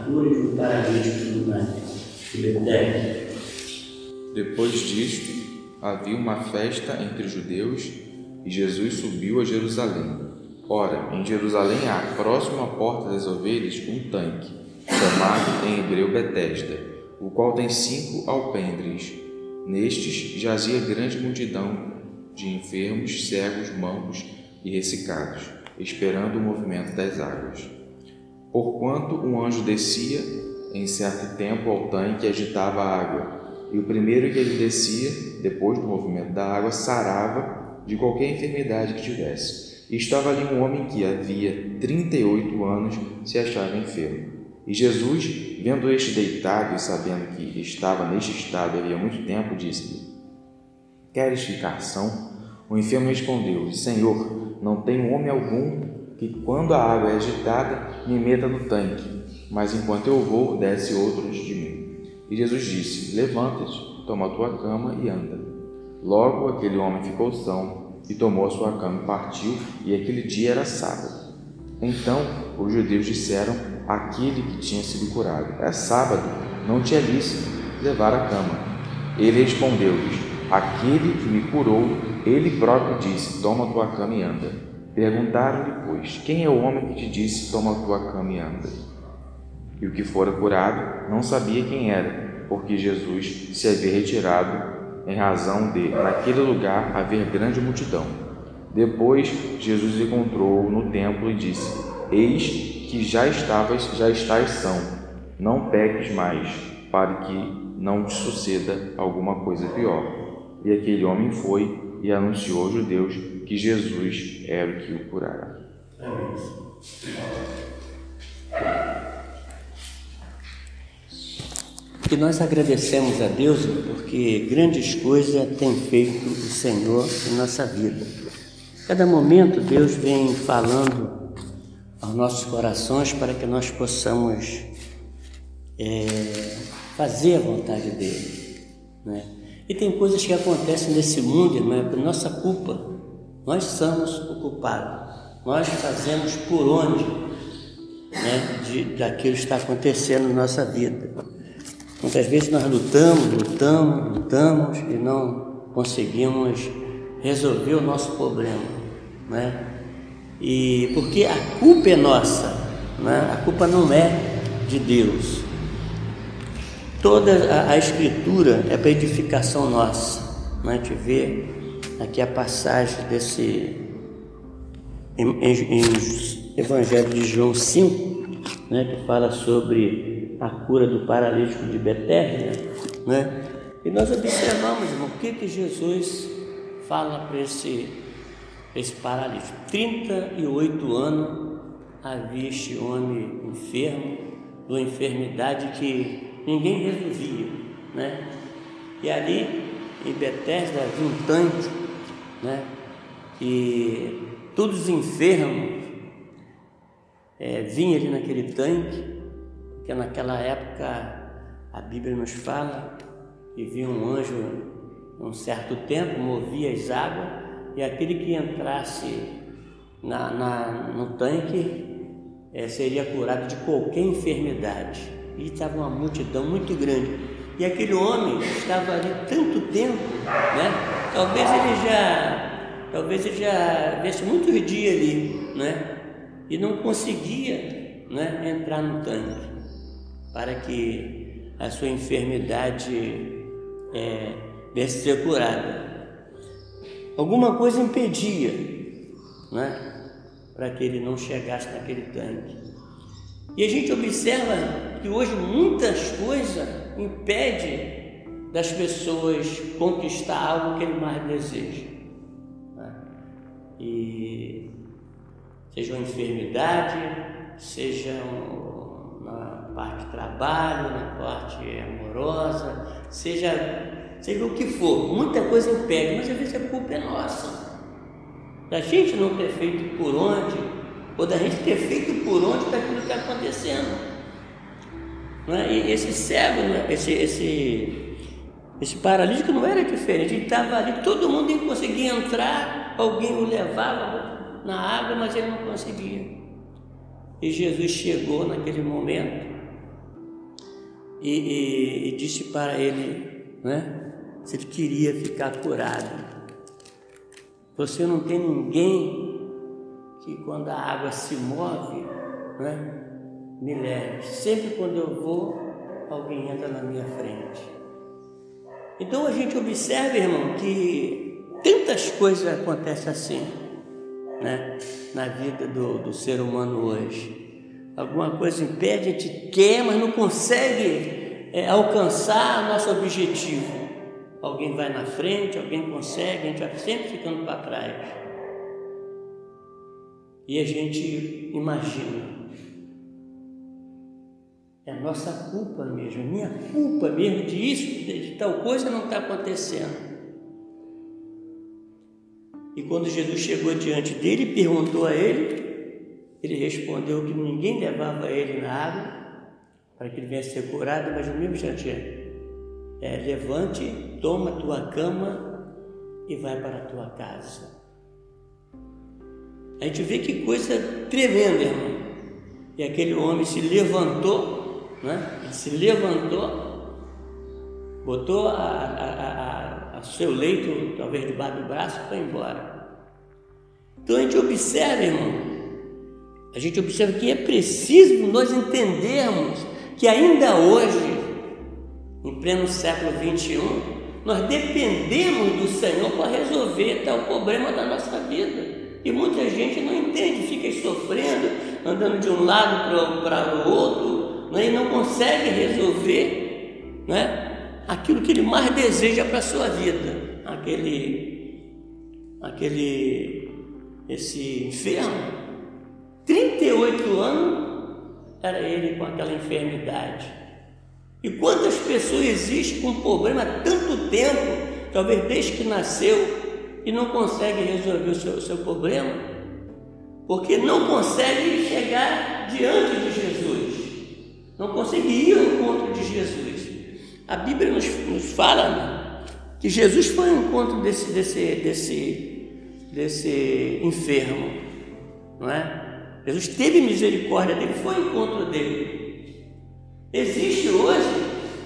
cura de um paralítico de Betesda. Depois disto, havia uma festa entre os judeus e Jesus subiu a Jerusalém. Ora, em Jerusalém há, próximo à porta das ovelhas, um tanque, chamado em hebreu Betesda, o qual tem 5 alpendres. Nestes jazia grande multidão de enfermos, cegos, mancos e ressecados, esperando o movimento das águas. Porquanto um anjo descia em certo tempo ao tanque e agitava a água, e o primeiro que ele descia, depois do movimento da água, sarava de qualquer enfermidade que tivesse. E estava ali um homem que havia 38 anos se achava enfermo. E Jesus, vendo este deitado e sabendo que estava neste estado havia muito tempo, disse-lhe: Queres ficar são? O enfermo respondeu-lhe: Senhor, não tenho homem algum que, quando a água é agitada, me meta no tanque, mas enquanto eu vou, desce outro de mim. E Jesus disse: Levanta-te, toma a tua cama e anda. Logo aquele homem ficou são, e tomou a sua cama e partiu, e aquele dia era sábado. Então os judeus disseram àquele que tinha sido curado: É sábado, não te é lícito levar a cama. Ele respondeu-lhes: Aquele que me curou, ele próprio disse: Toma a tua cama e anda. Perguntaram-lhe, pois: Quem é o homem que te disse: Toma a tua cama e anda? E o que fora curado não sabia quem era, porque Jesus se havia retirado, em razão de, naquele lugar, haver grande multidão. Depois, Jesus encontrou-o no templo e disse: Eis que já estás são, não peques mais, para que não te suceda alguma coisa pior. E aquele homem foi e anunciou aos judeus que Jesus era o que o curara. Amém. E nós agradecemos a Deus porque grandes coisas tem feito o Senhor em nossa vida. Cada momento Deus vem falando aos nossos corações para que nós possamos fazer a vontade dele, né? E tem coisas que acontecem nesse mundo, não é por nossa culpa. Nós somos o culpado. Nós fazemos por onde, né, daquilo que está acontecendo na nossa vida. Muitas vezes nós lutamos e não conseguimos resolver o nosso problema, né? E porque a culpa é nossa, né? A culpa não é de Deus. Toda a Escritura é para edificação nossa, né? A gente vê aqui a passagem em Evangelho de João 5, né? Que fala sobre a cura do paralítico de Betesda, né? E nós observamos, irmão, o que Jesus fala para esse paralítico. 38 anos havia este homem enfermo, de uma enfermidade que ninguém resolvia, né? E ali em Betesda havia um tanque, né? E todos os enfermos vinham ali naquele tanque, porque naquela época a Bíblia nos fala que vinha um anjo um certo tempo, movia as águas, e aquele que entrasse no tanque seria curado de qualquer enfermidade. E estava uma multidão muito grande, e aquele homem estava ali tanto tempo, né? Talvez ele já viesse muitos dias ali, né? E não conseguia, né, entrar no tanque para que a sua enfermidade desse ser curada. Alguma coisa impedia, né, para que ele não chegasse naquele tanque. E a gente observa que hoje muitas coisas impedem das pessoas conquistar algo que ele mais deseja, né? E seja uma enfermidade, seja na parte de trabalho, na parte amorosa, seja o que for, muita coisa impede, mas às vezes a culpa é nossa, da gente não ter feito por onde, ou da gente ter feito por onde daquilo que está acontecendo, não é? E esse cego, né? esse paralítico não era diferente, ele estava ali, todo mundo conseguia entrar, alguém o levava na água, mas ele não conseguia. E Jesus chegou naquele momento, e disse para ele, né, se ele queria ficar curado. Você não tem ninguém que quando a água se move, né, me leve. Sempre quando eu vou, alguém entra na minha frente. Então a gente observa, irmão, que tantas coisas acontecem assim, né, na vida do ser humano hoje. Alguma coisa impede, a gente quer, mas não consegue alcançar nosso objetivo. Alguém vai na frente, alguém consegue, a gente vai sempre ficando para trás. E a gente imagina, é nossa culpa mesmo, minha culpa mesmo de tal coisa não está acontecendo. E quando Jesus chegou diante dele e perguntou a ele, ele respondeu que ninguém levava ele na água para que ele viesse ser curado, mas no mesmo instante levante, toma a tua cama e vai para a tua casa. A gente vê que coisa tremenda, irmão. E aquele homem se levantou, né? Ele se levantou, botou a seu leito, talvez debaixo do braço, e foi embora. Então a gente observa, irmão, que é preciso nós entendermos que ainda hoje, em pleno século XXI, nós dependemos do Senhor para resolver tal problema da nossa vida. E muita gente não entende, fica sofrendo, andando de um lado para o outro, né, e não consegue resolver, né, aquilo que ele mais deseja para a sua vida, esse enfermo. 38 anos era ele com aquela enfermidade. E quantas pessoas existem com problema há tanto tempo, talvez desde que nasceu, e não consegue resolver o seu problema, porque não consegue chegar diante de Jesus, não consegue ir ao encontro de Jesus. A Bíblia nos fala, né, que Jesus foi ao encontro desse enfermo, não é? Jesus teve misericórdia dele, foi ao encontro dele. Existe hoje,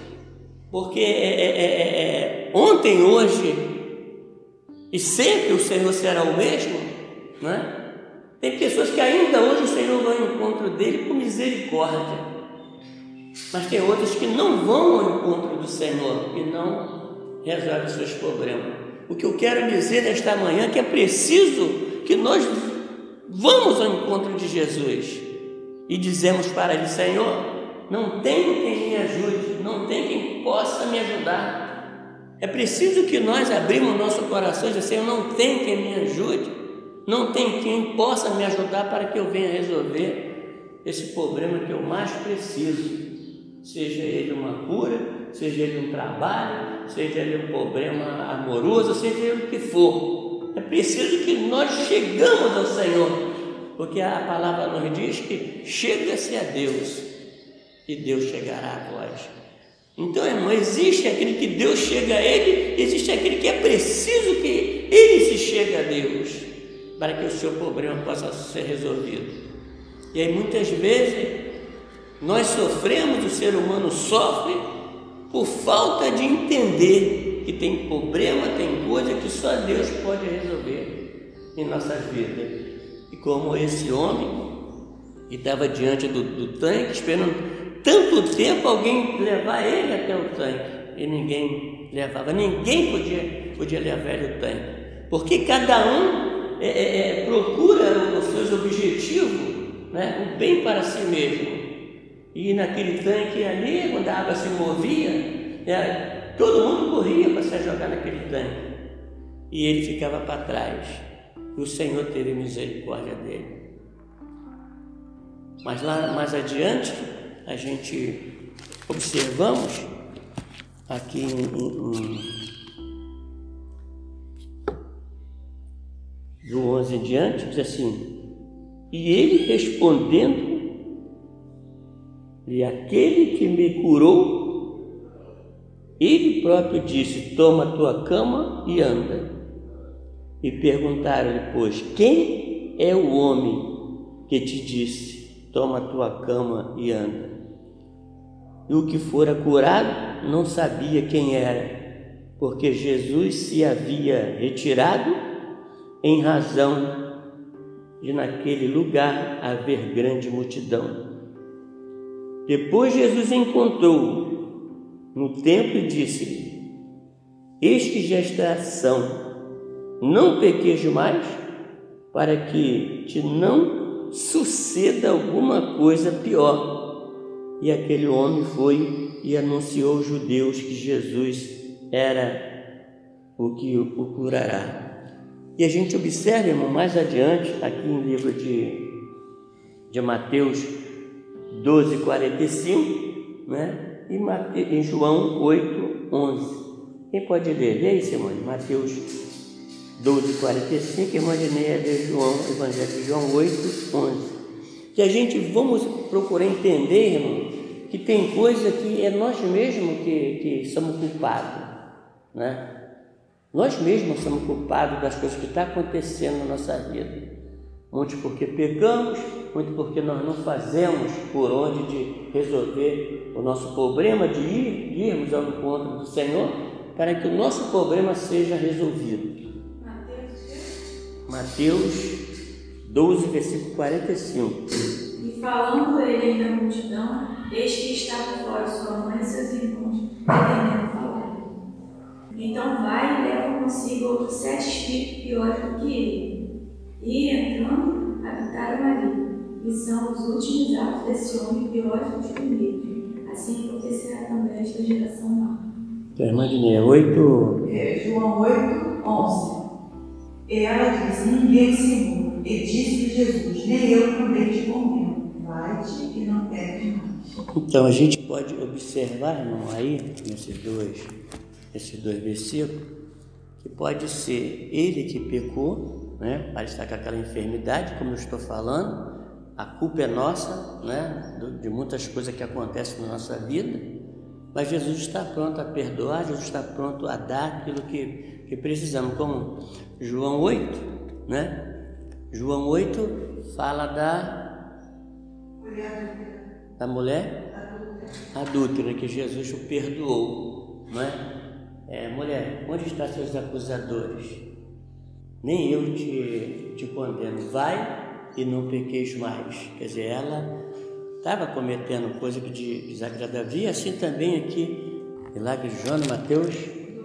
porque ontem, hoje e sempre o Senhor será o mesmo, né? Tem pessoas que ainda hoje o Senhor vai ao encontro dele com misericórdia, mas tem outras que não vão ao encontro do Senhor e não resolvem os seus problemas. O que eu quero dizer nesta manhã é que é preciso que nós vamos ao encontro de Jesus e dizemos para ele: Senhor, não tem quem me ajude, não tem quem possa me ajudar. É preciso que nós abrimos nosso coração e dizemos: Senhor, não tem quem me ajude, não tem quem possa me ajudar para que eu venha resolver esse problema que eu mais preciso, seja ele uma cura, seja ele um trabalho, seja ele um problema amoroso, seja ele o que for. É preciso que nós chegamos ao Senhor, porque a palavra nos diz que chega-se a Deus e Deus chegará a vós. Então, irmão, existe aquele que Deus chega a ele, existe aquele que é preciso que ele se chegue a Deus para que o seu problema possa ser resolvido. E aí muitas vezes nós sofremos, o ser humano sofre por falta de entender que tem problema, tem coisa que só Deus pode resolver em nossas vidas. E como esse homem que estava diante do tanque, esperando tanto tempo alguém levar ele até o tanque, e ninguém levava, ninguém podia levar ele ao tanque, porque cada um procura os seus objetivos, né, o bem para si mesmo. E naquele tanque ali, quando a água se movia, todo mundo corria para se jogar naquele tanque, e ele ficava para trás, e o Senhor teve misericórdia dele. Mas lá mais adiante, a gente observamos aqui do 11 em diante, diz assim: e ele respondendo, e aquele que me curou, ele próprio disse: toma a tua cama e anda. E perguntaram-lhe, pois, quem é o homem que te disse: toma a tua cama e anda? e o que fora curado não sabia quem era, porque Jesus se havia retirado em razão de naquele lugar haver grande multidão. Depois Jesus encontrou no templo e disse-lhe: eis que já está ação, não pequeis mais, para que te não suceda alguma coisa pior. E aquele homem foi e anunciou aos judeus que Jesus era o que o curará. E a gente observa, irmão, mais adiante, aqui no livro de Mateus 12:45, né? E em João 8:11. Quem pode ler? Lê aí, Simone. Mateus 12:45, irmã Dineia, lê João, Evangelho de João 8:11. Que a gente vamos procurar entender, irmão, que tem coisa que é nós mesmos que somos culpados, né? Nós mesmos somos culpados das coisas que estão acontecendo na nossa vida. Muito porque pecamos, muito porque nós não fazemos por onde de resolver o nosso problema, de irmos ao encontro do Senhor, para que o nosso problema seja resolvido. Mateus 12, versículo 45. E falando ele ainda à multidão, eis que estava fora sua mãe e seus irmãos, pretendendo falar. Então vai e leva consigo outros 7 espíritos piores do que ele. E, entrando, habitaram ali. E são os últimos atos desse homem piores do que os primeiros. Assim acontecerá também esta geração má. Irmã Dineia, 8... João 8:11. Ela disse: ninguém, Senhor. E disse-lhe Jesus: nem eu também te condeno. Vai-te e não peques mais. Então a gente pode observar, irmão, aí, nesses dois versículos, que pode ser ele que pecou, né, para estar com aquela enfermidade, como eu estou falando. A culpa é nossa, né, de muitas coisas que acontecem na nossa vida, mas Jesus está pronto a perdoar, Jesus está pronto a dar aquilo que precisamos, como João 8, né? João 8 fala da mulher adúltera, que Jesus o perdoou, não é? Mulher, onde estão seus acusadores? Nem eu te condeno, vai e não pequeis mais. Quer dizer, ela estava cometendo coisa que desagradava. Assim também aqui, Milagre de João, Mateus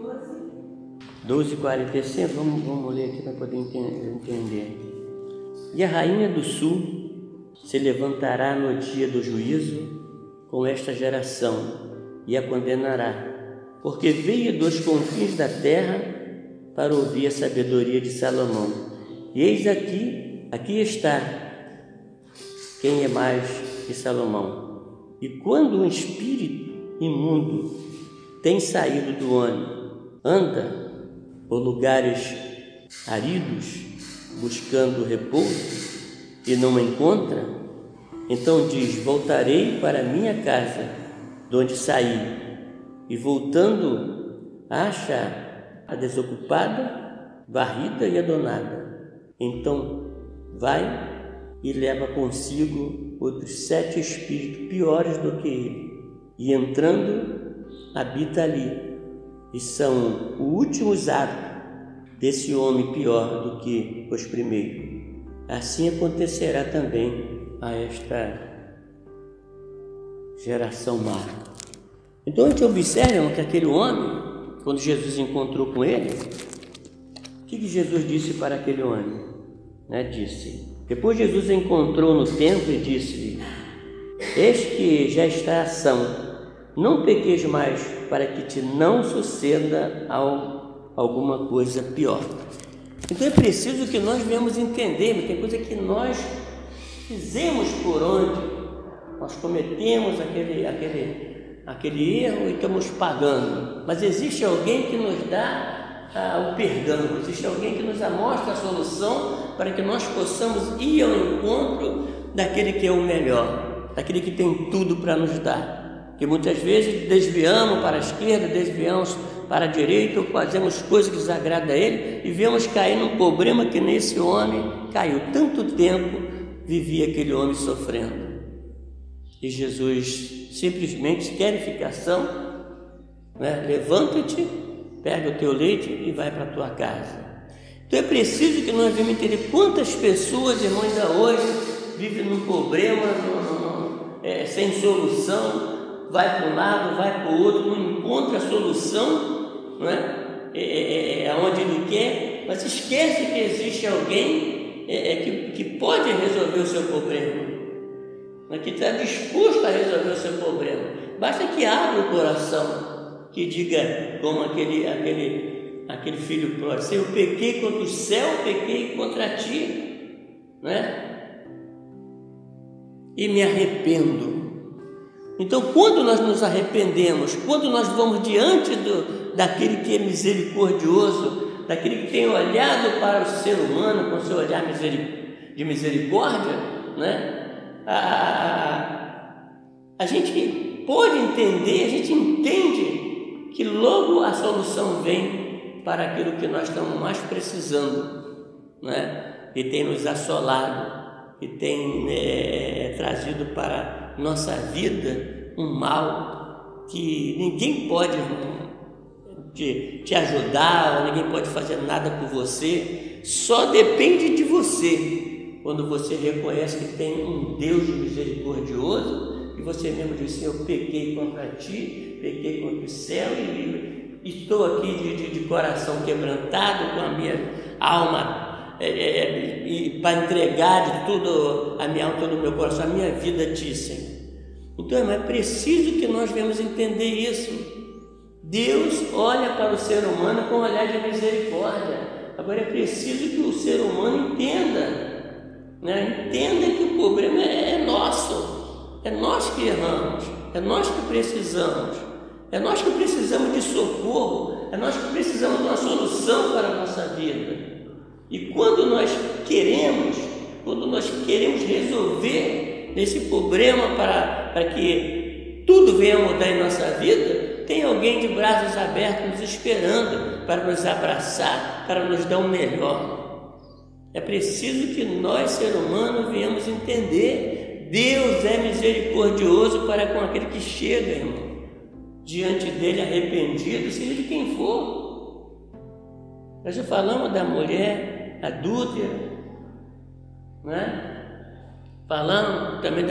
12:45, vamos ler aqui para poder entender. E a rainha do sul se levantará no dia do juízo com esta geração e a condenará, porque veio dos confins da terra para ouvir a sabedoria de Salomão. E eis aqui está quem é mais que Salomão. E quando um espírito imundo tem saído do homem, anda por lugares áridos, buscando repouso, e não encontra, então diz: voltarei para minha casa, de onde saí, e voltando, acha a desocupada, varrida e adornada. Então vai e leva consigo outros 7 espíritos piores do que ele, e entrando, habita ali. E são os últimos atos desse homem pior do que os primeiros. Assim acontecerá também a esta geração má. Então a gente observa que aquele homem, quando Jesus encontrou com ele, o que Jesus disse para aquele homem? Disse: depois Jesus encontrou no templo e disse-lhe: eis que já está a ação, não pequeis mais, para que te não suceda alguma coisa pior. Então é preciso que nós venhamos entender, mas tem coisa que nós fizemos por onde nós cometemos aquele erro e estamos pagando. Mas existe alguém que nos dá o perdão, existe alguém que nos mostra a solução para que nós possamos ir ao encontro daquele que é o melhor, daquele que tem tudo para nos dar. Que muitas vezes desviamos para a esquerda, desviamos para a direita, ou fazemos coisas que desagradam a ele e viemos cair num problema que nesse homem caiu. Tanto tempo vivia aquele homem sofrendo. E Jesus simplesmente quer edificação, né? Levanta-te, pega o teu leite e vai para a tua casa. Então é preciso que nós venhamos entender quantas pessoas, irmão, ainda hoje vivem num problema, sem solução, vai para um lado, vai para o outro, não encontra a solução, né? Aonde ele quer, mas esquece que existe alguém que pode resolver o seu problema, que está disposto a resolver o seu problema. Basta que abra o coração, que diga como aquele filho pródigo: eu pequei contra o céu, pequei contra ti, né? E me arrependo. Então, quando nós nos arrependemos, quando nós vamos diante daquele que é misericordioso, daquele que tem olhado para o ser humano com seu olhar de misericórdia, né? A gente pode entender, a gente entende que logo a solução vem para aquilo que nós estamos mais precisando, né? E tem nos assolado, e tem trazido para nossa vida um mal que ninguém pode te ajudar, ninguém pode fazer nada por você, só depende de você. Quando você reconhece que tem um Deus misericordioso, e você mesmo diz: eu pequei contra ti, pequei contra o céu, e estou aqui de coração quebrantado, com a minha alma e para entregar de tudo a minha alma, todo o meu coração, a minha vida a ti, Senhor. Então, é preciso que nós venhamos entender isso. Deus olha para o ser humano com um olhar de misericórdia. Agora é preciso que o ser humano entenda, né? Entenda que o problema é nosso, é nós que erramos, é nós que precisamos, é nós que precisamos de socorro, é nós que precisamos de uma solução para a nossa vida. E quando nós queremos resolver esse problema para que tudo venha mudar em nossa vida, tem alguém de braços abertos nos esperando para nos abraçar, para nos dar o melhor. É preciso que nós, ser humano, venhamos entender: Deus é misericordioso para com aquele que chega, irmão, diante dele arrependido, seja de quem for. Nós já falamos da mulher adúltera, né? Falamos também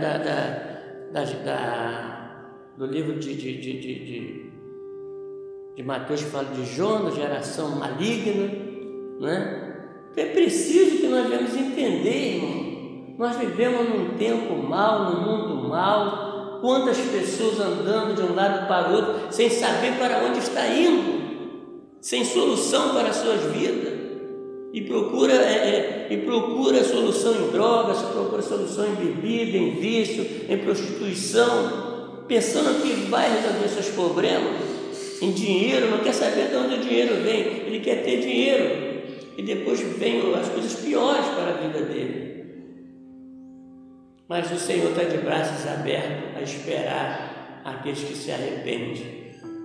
do livro de Mateus, que fala de Jonas, geração maligna, né? É preciso que nós venhamos entender, irmão. Nós vivemos num tempo mau, num mundo mau. Quantas pessoas andando de um lado para o outro sem saber para onde está indo, sem solução para as suas vidas, e procura solução em drogas, procura solução em bebida, em vício, em prostituição, pensando que vai resolver seus problemas em dinheiro. Não quer saber de onde o dinheiro vem, ele quer ter dinheiro, e depois vem as coisas piores para a vida dele. Mas o Senhor está de braços abertos a esperar aqueles que se arrependem.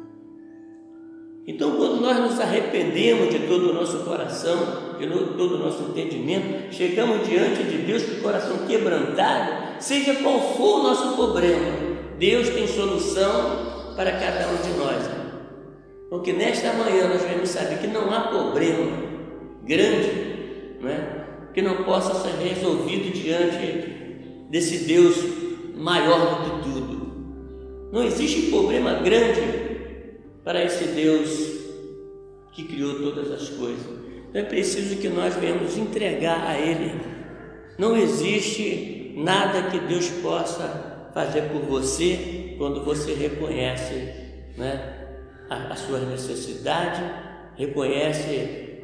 Então, quando nós nos arrependemos de todo o nosso coração, de todo o nosso entendimento, chegamos diante de Deus com o coração quebrantado, seja qual for o nosso problema, Deus tem solução para cada um de nós. Porque nesta manhã nós devemos saber que não há problema grande, né, que não possa ser resolvido diante desse Deus maior do que tudo. Não existe problema grande para esse Deus que criou todas as coisas. Então é preciso que nós venhamos entregar a Ele. Não existe nada que Deus possa fazer por você quando você reconhece, né, a sua necessidade, reconhece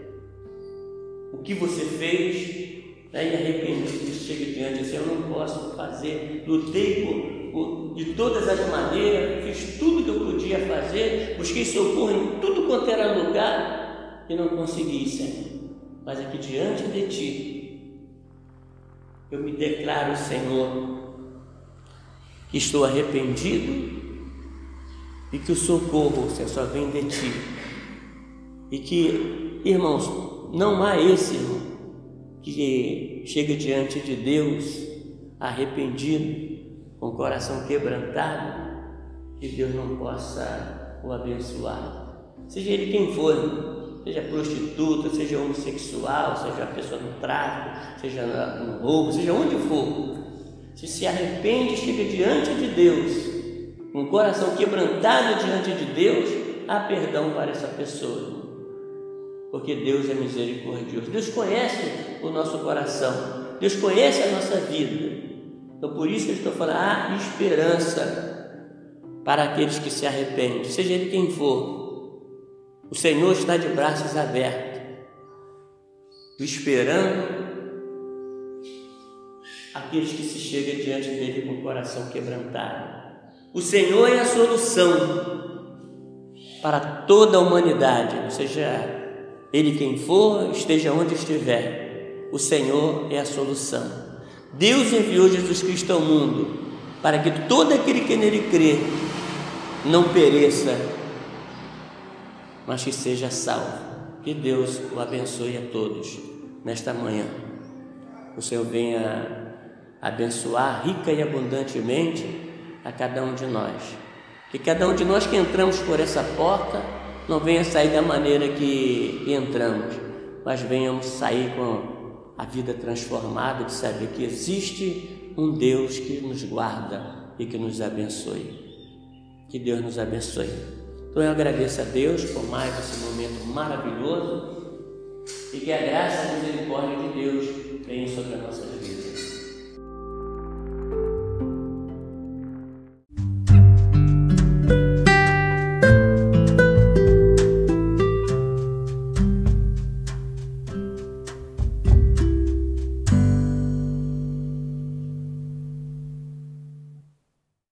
o que você fez, né, e arrependido chega diante de você: eu não posso fazer, lutei de todas as maneiras, fiz tudo que eu podia fazer, busquei socorro em tudo quanto era lugar e não consegui, Senhor. Mas aqui diante de Ti, eu me declaro, Senhor, que estou arrependido e que o socorro, Senhor, só vem de Ti. E que, irmãos, não há esse, irmão, que chega diante de Deus arrependido, com o coração quebrantado, que Deus não possa o abençoar. Seja ele quem for, seja prostituta, seja homossexual, seja uma pessoa no tráfico, seja no roubo, seja onde for, se arrepende, chega diante de Deus, com o coração quebrantado diante de Deus, há perdão para essa pessoa, porque Deus é misericordioso. Deus conhece o nosso coração, Deus conhece a nossa vida. Então por isso eu estou falando, há esperança para aqueles que se arrependem, seja ele quem for. O Senhor está de braços abertos, esperando aqueles que se chegam diante dele com o coração quebrantado. O Senhor é a solução para toda a humanidade, seja ele quem for, esteja onde estiver. O Senhor é a solução. Deus enviou Jesus Cristo ao mundo para que todo aquele que nele crê não pereça, mas que seja salvo. Que Deus o abençoe a todos nesta manhã. O Senhor venha abençoar rica e abundantemente a cada um de nós. Que cada um de nós que entramos por essa porta não venha sair da maneira que entramos, mas venhamos sair com a vida transformada, de saber que existe um Deus que nos guarda e que nos abençoe. Que Deus nos abençoe. Então eu agradeço a Deus por mais esse momento maravilhoso e que a graça e a misericórdia de Deus venha sobre a nossa vida.